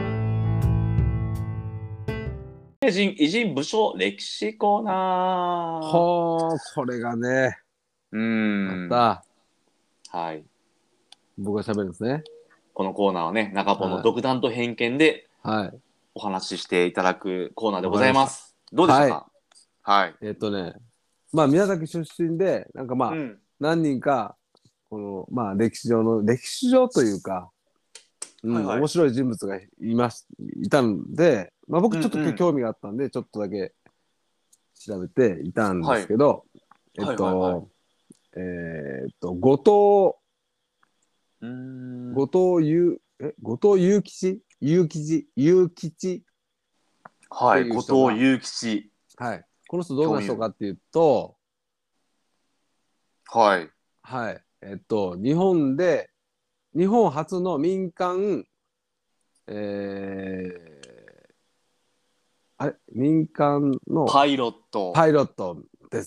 名人偉人武将歴史コーナーほー、これがね、 うーんまたはい僕が喋るんですね。 このコーナーはね中ポンの独断と偏見ではい。 お話ししていただくコーナーでございますどうでしょうかはい、 えっとね、まあ宮崎出身で、なんかまあ、 うん、 何人か、この、まあ歴史上の、歴史上というか、うん、 はいはい面白い人物がいまし、いたんで、まあ僕ちょっとうんうん興味があったんで、ちょっとだけ調べていたんですけど、 はいえっと、 はいはいはいえーっと、後うーん藤、後藤祐、え、後藤祐吉祐吉祐吉ってはいいう人が、 後藤祐吉はい。この人どんな人かっていうと、 はいはい。えっと、日本で、日本初の民間、えー、あれ民間のパイロットパイロットです。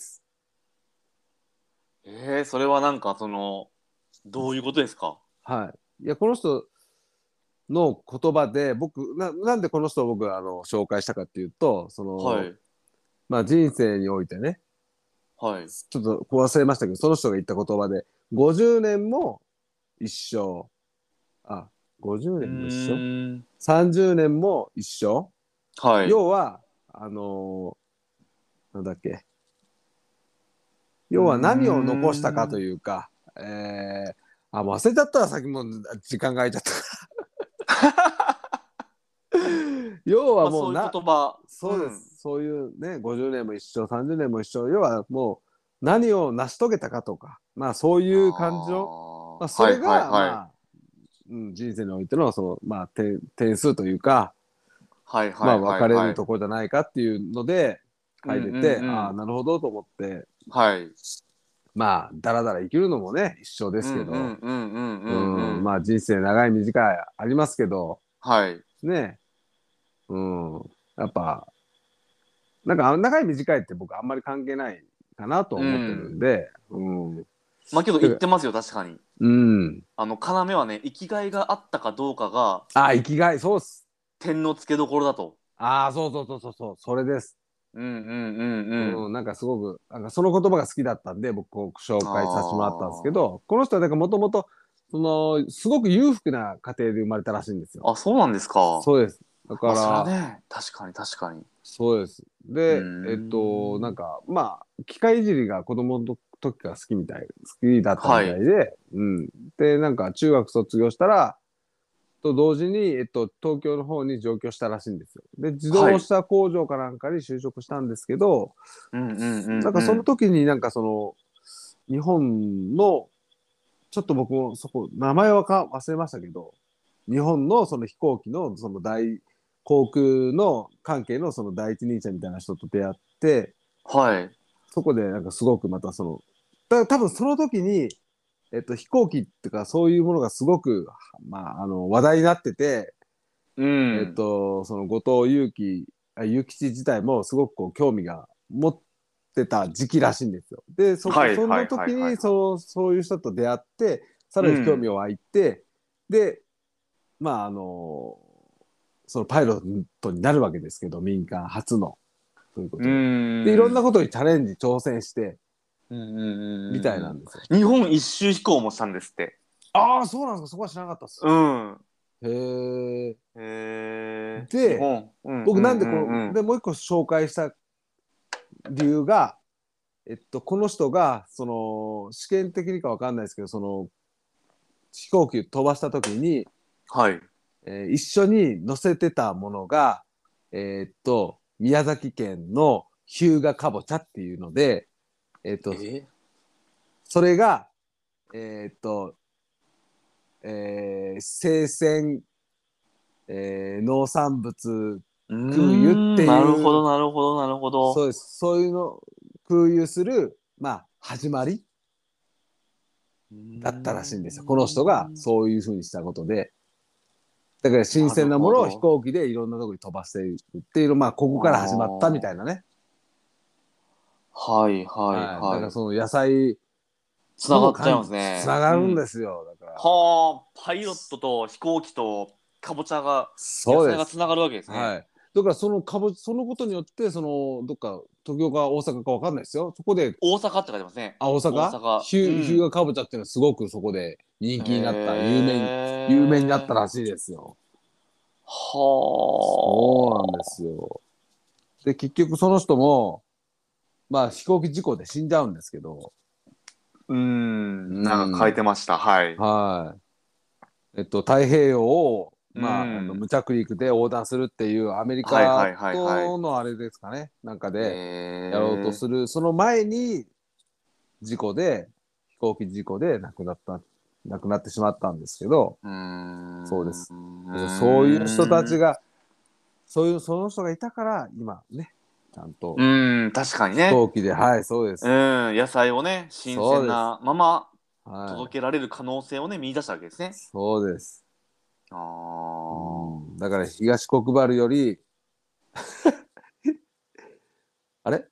えー、それはなんかそのどういうことですかはい。いや、この人の言葉で、僕、な、なんでこの人を僕あの紹介したかっていうと、その、 はいまあ人生においてね、 はいちょっと忘れましたけど、その人が言った言葉で、ごじゅうねんも一生、あ、ごじゅうねんも一緒ーん ?さんじゅう 年も一緒、 はい要は、あのーなんだっけ、要は何を残したかというか、えー、あ、もう忘れちゃったら先も時間が空いちゃった要はもうな、 まあ、そういう言葉そうです、うん、そういうね、ごじゅうねんも一緒、さんじゅうねんも一緒、要はもう何を成し遂げたかとか、まあそういう感じの、まあ、それが、はいはいはい、まあ、うん、人生においてのその、まあ、点, 点数というか、 はいはいはいはい、 まあ分かれるところじゃないかっていうので書いてて、うんうんうん、ああなるほどと思って、 はい、 まあだらだら生きるのもね一緒ですけど、まあ人生長い短いありますけど、 はい、 ね、うん、やっぱなんか長い短いって僕あんまり関係ないかなと思ってるんで、うんうん、 まあけど言ってますよ確かに。 うん。 あの要はね生きがいがあったかどうかがあ生きがいそうっす点の付けどころだと。 ああそうそうそうそうそうそれです。 うんうんうんうん。 うん、なんかすごくなんかその言葉が好きだったんで僕こう紹介させてもらったんですけど、この人はなんかもともとそのすごく裕福な家庭で生まれたらしいんですよ。 あ、そうなんですか。 そうです。だかまあ、それはら、 ね、確かに確かに。 そうです。 うで、えっと、 ーん。 なんか、まあ、機械いじりが子供の時から好きみたい、好きだったみはい。 たいで、うん。で、なんか中学卒業したら、と同時に、えっと、東京の方に上京したらしいんですよ。で、自はい。 動車工場かなんかに就職したんですけど、 うんうんうんなんかそのうん。 時になんかその、日本の、ちょっと僕もそこ、名前はか忘れましたけど、日本のその飛行機のその大、航空の関係のその第一人者みたいな人と出会って、 はい。 そこでなんかすごくまたその、だ多分その時に、えっと、飛行機っていうかそういうものがすごく、まあ、あの話題になってて、 うえっん。 と、その後藤祐樹、あ祐吉自体もすごくこう興味が持ってた時期らしいんですよ。で、そこ、 はいそのはいはい時にはいはい。 そう、そういう人と出会って、さらに興味うん。 を湧いて、で、まあ、あの、そのパイロットになるわけですけど、民間初の、というこうとで。で、いろんなーん。 ことにチャレンジ、挑戦して、 うんうんうんみたいうんうん。 なんですよ。 日本一周飛行もしたんですって。 ああ、そうなんですか。そこは知らなかったっす。 うん。 へえ。 へえ。日で、 本。うんう僕なんでこの、 んうんうん。 で、もう一個紹介した理由が、えっと、この人が、その、試験的にかわかんないですけど、その、飛行機飛ばした時に、 はい。 えー一緒に乗せてたものが、えーっと、宮崎県の日向かぼちゃっていうので、えーっと、 えそれが、えーっと、えー生鮮、えー農産物うー空輸っん。 てなるほいう、 どなるほどなるほど。 そうです。そういうの、空輸する、まあ、始まりうーだったらしいんですよ。この人がん。 そういうふうにしたことで。だから新なる鮮なものを飛ほど。 行機でいろんなとこに飛ばしているっていうの、まあ、ここから始まったみたいなね。 はいはいはい。だかはい。 らその野菜つなにもがっちゃいますかんつね。 ながるんうん。 ですよ。だから。 はあ、パイロットと飛行機とかぼちゃが、野そうです。 菜がつながるわけですね。 はい。だからそのかぼそのことによって、その、どっか、東京か大阪かわかんないですよ。そこで、 大阪って書いてますね。 あ、大阪大阪。 ヒュヒューうん。 ガかぼちゃっていうのはすごくそこで人気になった、有名に、有名になったへえ。 らしいですよ。そうなんですはあ。 よ。で、結局その人も、まあ飛行機事故で死んじゃうんですけど、 うーん。 うなんか書いん。 てました。はい。 はい。えっと、太平洋を、 うまあ、あのん。 無着陸で横断するっていうアメリカはいはいはいはい。 とのあれですかね、なんかへでやろうとえ。 する、その前に事故で、飛行機事故で亡くなった、亡くなってしまったんですけど、 うーん。うそうです。そういう人たーん。 ちが、そういう、その人がいたから、今ね、ちゃんとうーん。確かにね。 飛行機で、はい、そうです。 うん。野菜をね、新そうです。 鮮なままはい。 届けられる可能性をね、見出したわけですね。 そうです。 あうあ。 ん。だから東国原より、あれ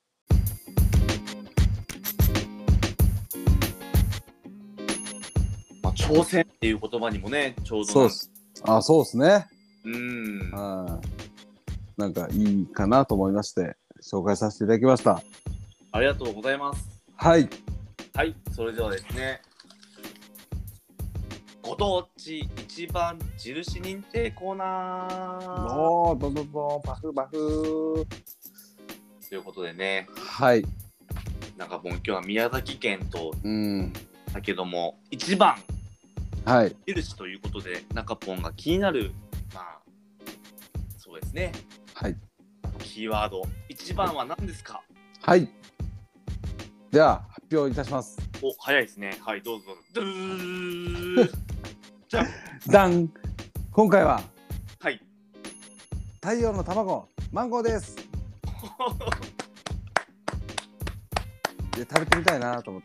まあ、挑戦っていう言葉にもね、ちょうどなんか、 そうです。あ、そうですね。 うーん。 はい。なんかいいかなと思いまして、紹介させていただきました。 ありがとうございます。 はい。 はい、それではですね、ご当地一番印認定コーナーおー、どんどんどん、パフパフ。 ということでね、 はい。 なんかもう今日は宮崎県とうん。 だけども、一番はい。 印ということで、中ポンが気になる、まあ、そうですね、 はい。 キーワード、一番は何ですか？ はい。では、発表いたします。 お、早いですね。はい、どうぞどうぞ。ドゥーじゃん。 ダン今回は、 はい。 太陽の卵、マンゴーです。で、食べてみたいなと思って。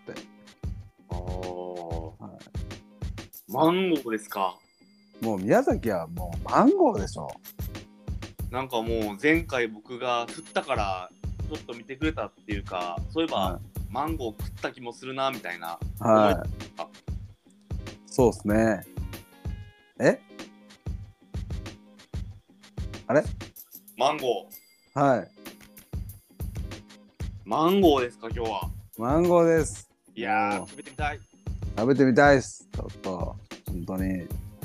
ああ、 はマンゴーですか。 い、もう宮崎はもうマンゴーでしょ。 なんかもう前回僕が振ったからちょっと見てくれたっていうか、そういえばはマンゴー食った気もするなみたいな。 い。はい。そうですね。えあれマンゴはい。 マンゴーですか今日は。 マンゴーです。 いやー、 もう食べてみたい。 食べてみたいです。ちょっと本当に。 だ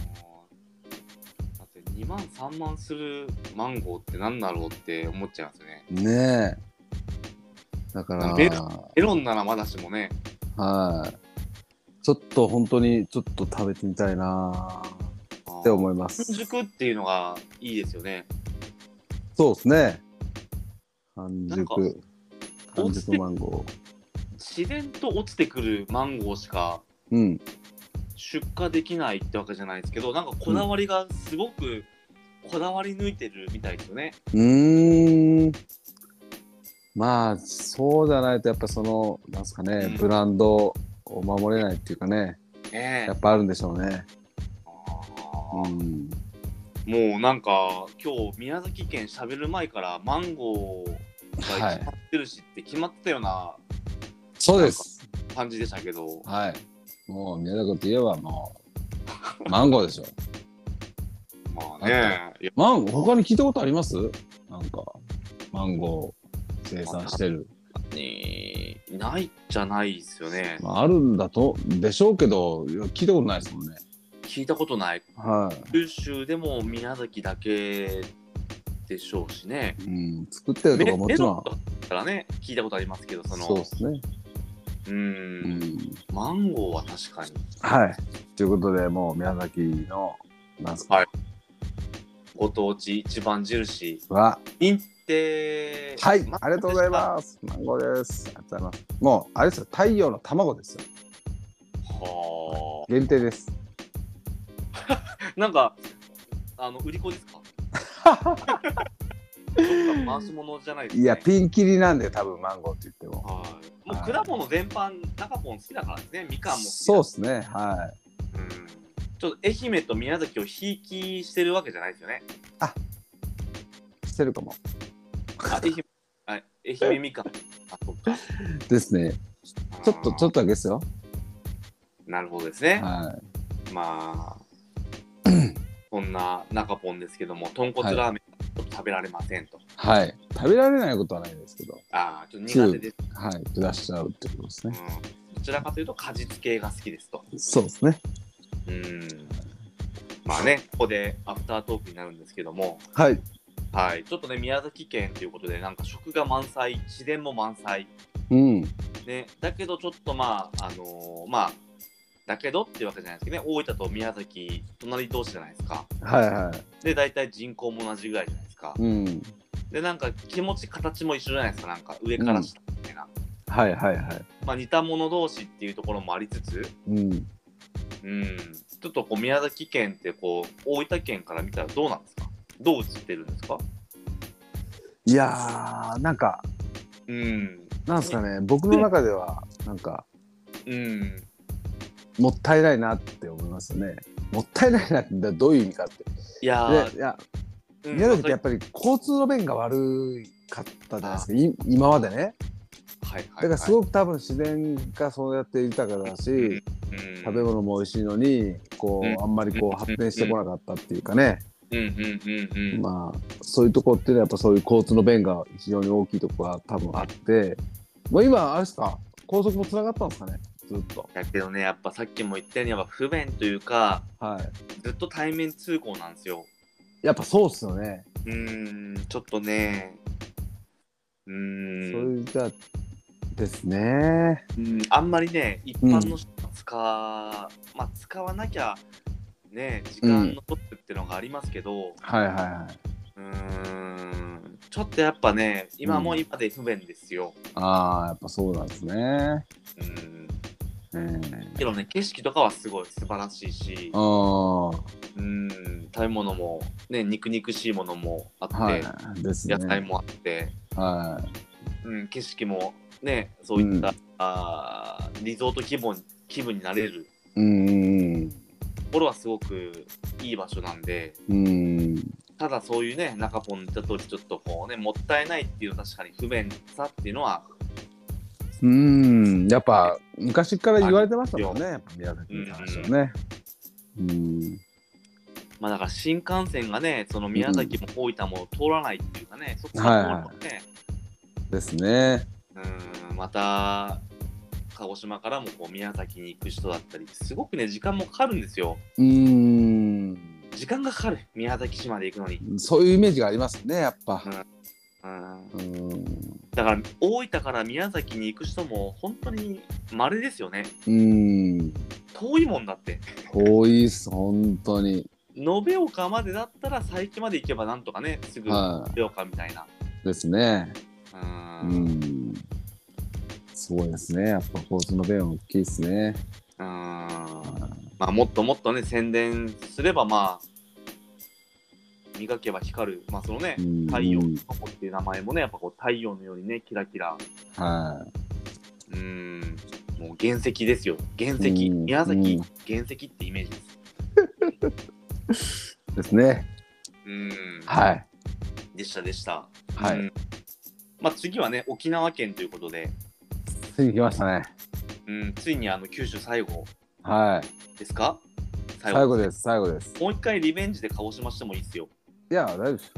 ってにまんさんまんするマンゴーってなんだろうって思っちゃいますよね。 ねえ。だからメメロンならまだしもね。 はい。ちょっと本当にちょっと食べてみたいなって思います。 半熟っていうのがいいですよね。 そうですね。半なんか熟半熟マンゴ自然と落ちてくるマンゴーしかー。うん。 出荷できないってわけじゃないですけど、なんかこだわりがすごくこだわり抜いてるみたいですよね。 うーん。まあそうじゃないとやっぱそのなんすかね、 うんブランドを守れないっていうかね、 ねえやっぱあるんでしょうね。 あーうん。 もうなんか今日宮崎県しゃべる前からマンゴーが決まってるしって決まってたようなそうです。 感じでしたけど、 はい。もう宮崎といえばもうマンゴーでしょ。 まあね、いやマンゴー他に聞いたことあります？なんかマンゴー生産してる。 にないじゃないですよね。 まあ、あるんだとでしょうけど、いや聞いたことないですもんね。 聞いたことない。 は九州でも宮崎だけでしょうしね。 い。うん。作ってるとかもちろん。 メロンだったらね、聞いたことありますけど、その、 そうですね。 うー、 うんん。 マンゴーは確かに。 はい。ということで、もう宮崎の、なんすか、 はいご当地一番印は、 認定。 はい、 マンゴーありがとうございます。マンゴーです。ありがとうございます。もう、あれですよ、太陽の卵ですよ。 は限定です。 あ。なんか、あの、売り子ですかどっか回し物じゃないですか、ね。 いや、ピンキリなんで、多分マンゴーって言っても。 はい。もう果物全般、中ポン好きだからですね。みかんも好きだ。 そうですね、はうん。ちょっと愛媛と宮崎をひいきしてるわけじゃないですよね。 い。してるかも。 あ、愛媛、あ愛媛みかん。あ、そっか。 ですね。ちょっと、ちょっとだけですよ。 なるほどですね。 はまあ、そんな中ポンですけども、豚骨ラーメンちょっと食べられませんと。 い。はい。食べられないことはないですけど、 ああ、ちょっと苦手です。 はい。下しちゃうってことですうんね。。 どちらかというと果実系が好きですと。 そうですね。 うん。まあね、ここでアフタートークになるんですけども、 はい。 はい、ちょっとね、宮崎県ということで、なんか食が満載、自然も満載。 うん。 ね、だけどちょっとまあ、あのーまあ、だけどっていうわけじゃないですけどね、大分と宮崎、隣同士じゃないですか。 はいはで、大体人口も同じぐらいじゃないですか。 い。うん。 で、なんか気持ち、形も一緒じゃないですか、なんか上から下みたいな。 はいはいはい。 まあ、似た者同士っていうところもありつつ、 うん。 うん、ちょっとこう宮崎県ってこう、大分県から見たらどうなんですか？どう映ってるんですか？ いやー、なんか、 うん。 なんすかね、僕の中では、なんか、 うん。 もったいないなって思いますよね。もったいないなってどういう意味かって。 いやー、 でいやうん宮崎ってやっぱり交通の便が悪かったじゃないですか、い今までね。 はいはいはい、 だからすごく多分自然がそうやって豊かだし、 うんうん食べ物も美味しいのに、こう、 うんあんまりこう発展してこなかったっていうかね。 うんうんうんうん。 まあ、そういうところっていうのはやっぱそういう交通の便が非常に大きいところが多分あって、もう今、あれですか、高速もつながったんですかね、ずっと。 だけどね、やっぱさっきも言ったように、やっぱ不便というか、 はい。 ずっと対面通行なんですよ。 やっぱそうっすよね。 うーん、ちょっとね、うーん、 そういうじゃですね。 うんあんまりね、一般の人が使,、まあ、使わなきゃ、ね、時間の取ってっていうのがありますけど、 はいはいはい。 うーん、ちょっとやっぱね、今も今で不便ですよ。 ああ、やっぱそうなんですね。 うんえけどね、景色とかはすごい素晴らしいし、 ああ、 うん食べ物も、ね、肉肉しいものもあって、 はい。ですね。 野菜もあって、 はうん、景色も、ね、そういった、 うんあーリゾート気分気分になれるい。うんうんところはすごくいい場所なんで、 うん。うん。 ただそういうね、中ポン行った通りちょっとこうね、もったいないっていう確かに不便さっていうのは、 うん。やっぱ昔から言われてましたもんね。やっぱ宮崎の話はね。うん。 まあだから新幹線がね、その宮崎も大分も通らないっていうかね、そっちのはい方もはね、 ですね。 うん、 また鹿児島からもこう宮崎に行く人だったりすごくね時間もかかるんですよ。 うーん。 時間がかかる宮崎市まで行くのに。 そういうイメージがありますね、やっぱ。 うんうーん。 だから大分から宮崎に行く人も本当に稀ですよね。 うーん。 遠いもんだって。 遠いっす、本当に。 延岡までだったら佐伯まで行けばなんとかねすぐ延岡みたいな。 ですね。 ううんん。そうですね。やっぱ交通の便は大きいですね。 うん。まあもっともっとね宣伝すればまあ磨けば光るまあそのねうん太陽の子っていう名前もねやっぱこう太陽のようにねキラキラ。 はうんもう原石ですよ原石うん宮崎うん原石ってイメージです。 い。ですね。 うんはい。 でしたでした。 はいうんまあ次はね沖縄県ということで、 ついに来ましたね。 うん、ついにあの九州最後はい。 ですか？最最後です、最後です。 もう一回リベンジで鹿児島してもいいっすよ。 いや、大丈夫です。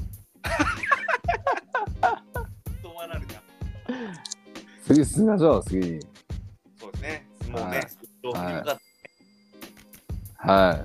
止まられた。 次進みましょう、次に。 そうですね。もうはいね、一生振り向かってははい。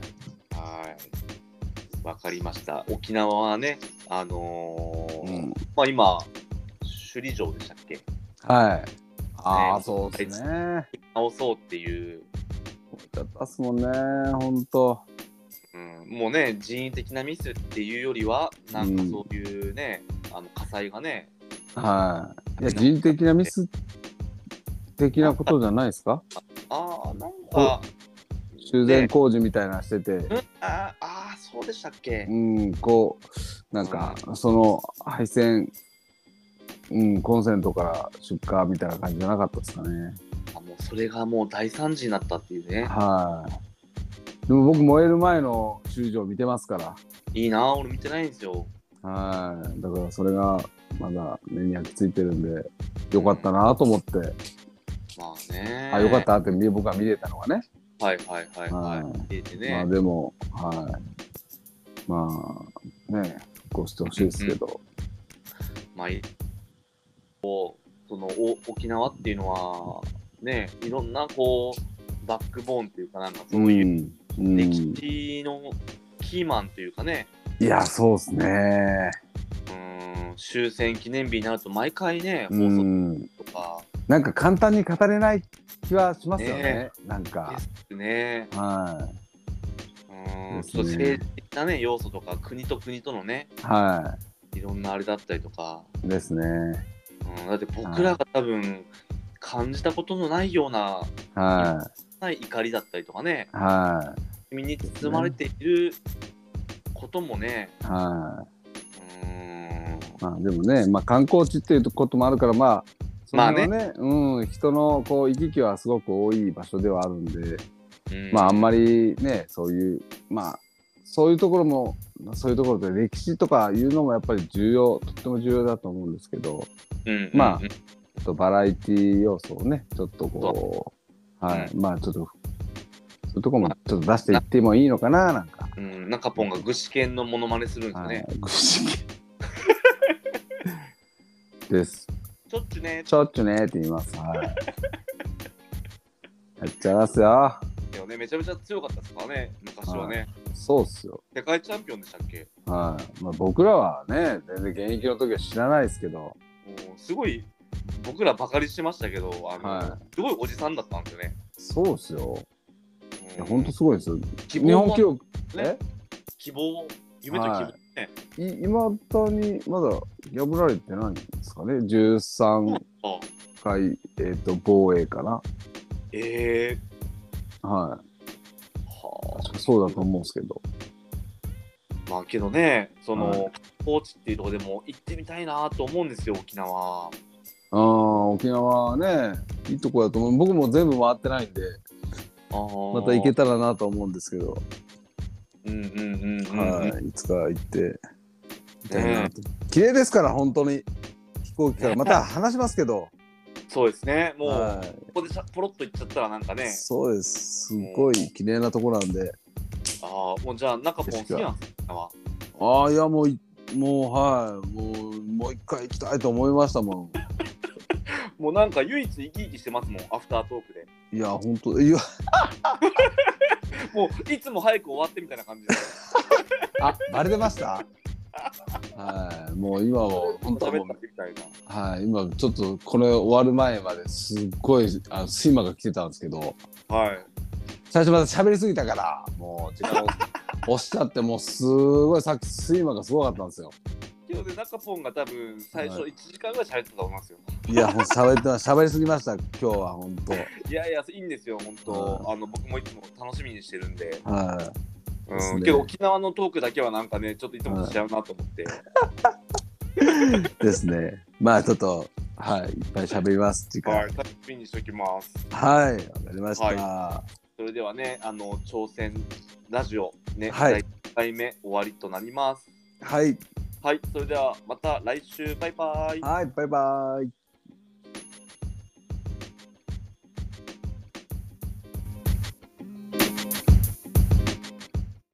わかりました。沖縄はね、あのーうんまあ今、首里城でしたっけ？ い。はい。ああ、 ねそうですね。 直そうっていう、 ちょっとっすもんね、ほんと。 うん、もうね、人為的なミスっていうよりは、なんかそういうね、あの火災がね、 はい。いや、人的なミス的なことじゃないですか？ ああ、なんか、 修繕工事みたいなのしてて、 うん、ああ、そうでしたっけ？ うん、こう、なんか、その配線、うん、コンセントから出火みたいな感じじゃなかったですかね。 あもうそれがもう大惨事になったっていうね。 はい。でも僕、燃える前の修理を見てますから。 いいな、俺見てないんですよ。 はい。だからそれがまだ目に焼き付いてるんで、よかったなと思って。 まあね。 あ、よかったって僕が見れたのがね。 はいはいはいはい。 はい見えてね。 まあでも、はい。まあ、ね、こうしてほしいですけど。 まあ、いこうそのお沖縄っていうのはね、いろんなこうバックボーンっていうかなんかそういううん歴史のキーマンというかね、 いや、そうですね。 うん終戦記念日になると毎回ね放う送ん。 とかなんか簡単に語れない気はしますよね。 ねなんかで。すね。 はうんですねちょっと政治的なね要素とか国と国とのねい。はいろんなあれだったりとか、 い。ですね。 うん、だって僕らが多分感じたことのないようなはない怒りだったりとかね、 い。は身に包まれていることもね、 い。はうーんい。まあでもね、まあ観光地っていうこともあるから、まあ、そのね、 まあうん、人のこう行き来はすごく多い場所ではあるんで、 うんまああんまりね、そういう、まあ、そういうところも、そういうところで歴史とかいうのもやっぱり重要、とっても重要だと思うんですけど、 うんまあうんちょっとバラエティ要素をね、ちょっとこう、はい、 うまあちょっと、そういうところもちょっと出していってもいいのかな、なんか。 うん、中ポンが具志堅のモノマネするんですよね。 はい、具志堅です。 ちょっちゅねちょっちゅねって言います。はい。やっちゃいますよ。 いやね、めちゃめちゃ強かったですからね、昔はね。 そうっすよ。 世界チャンピオンでしたっけ？ はい。まあ僕らはね、全然現役の時は知らないですけど、 もうすごい、僕らバカにしてましたけど、あの、 はすごいおじさんだったんですよね。 そうっすよ。いや、 うんほんとすごいですよ。 希望日本記録、 ね希望、夢と希望ね。 えいまだにまだ破られてないんですかね。じゅうさんあかい、えっと、防衛かな。 えー、 は。 はい確かそうだと思うんですけど。 あ。まあけどね、その、 はい高知っていうとこでも行ってみたいなと思うんですよ、沖縄。 ああ、沖縄はね、いいとこだと思う。僕も全部回ってないんで、 あーまた行けたらなと思うんですけど、 うんうんうんうん、 はい、いつか行ってみたいなと。綺麗ですから本当に飛行機からまた話しますけど、 そうですね、もう、 はここでさポロッと行っちゃったらなんかい、 ね、 そうです。すごい綺麗なところなんで、 ああ、もうじゃあ中ポン好きなんですか？ ああいやもういもうはいもうもう一回行きたいと思いましたもん。 もうなんか唯一生き生きしてますもん、アフタートークで。 いや、ほんと、いや、 もういつも早く終わってみたいな感じです。 あ、バレてました。はい、もう今も本当はもう、はい、今ちょっとこれ終わる前まですっごいあの睡魔が来てたんですけど、 はい。 最初まで喋りすぎたからもう時間を押しちゃってもうすごいさっき睡魔がすごかったんですよ。 今日で中ポンが多分最初いちじかんぐらい喋ってたと思いますよ。 いや、もう喋ってま喋りすぎました今日は本当。 いやいやいいんですよ本当。あの僕もいつも楽しみにしてるんで。 はい。 うん、けど沖縄のトークだけはなんかねちょっといつもと違うなと思って。 ですね。まあちょっとはいいっぱい喋ります時間。 はい、楽しみにしておきます。 はい、わかりました。 はい、それではねあの挑戦ラジオね、 はい、 だいいっかいめ終わりとなります。 はい。 はい、それではまた来週バイバイ。 はい、バイバイ。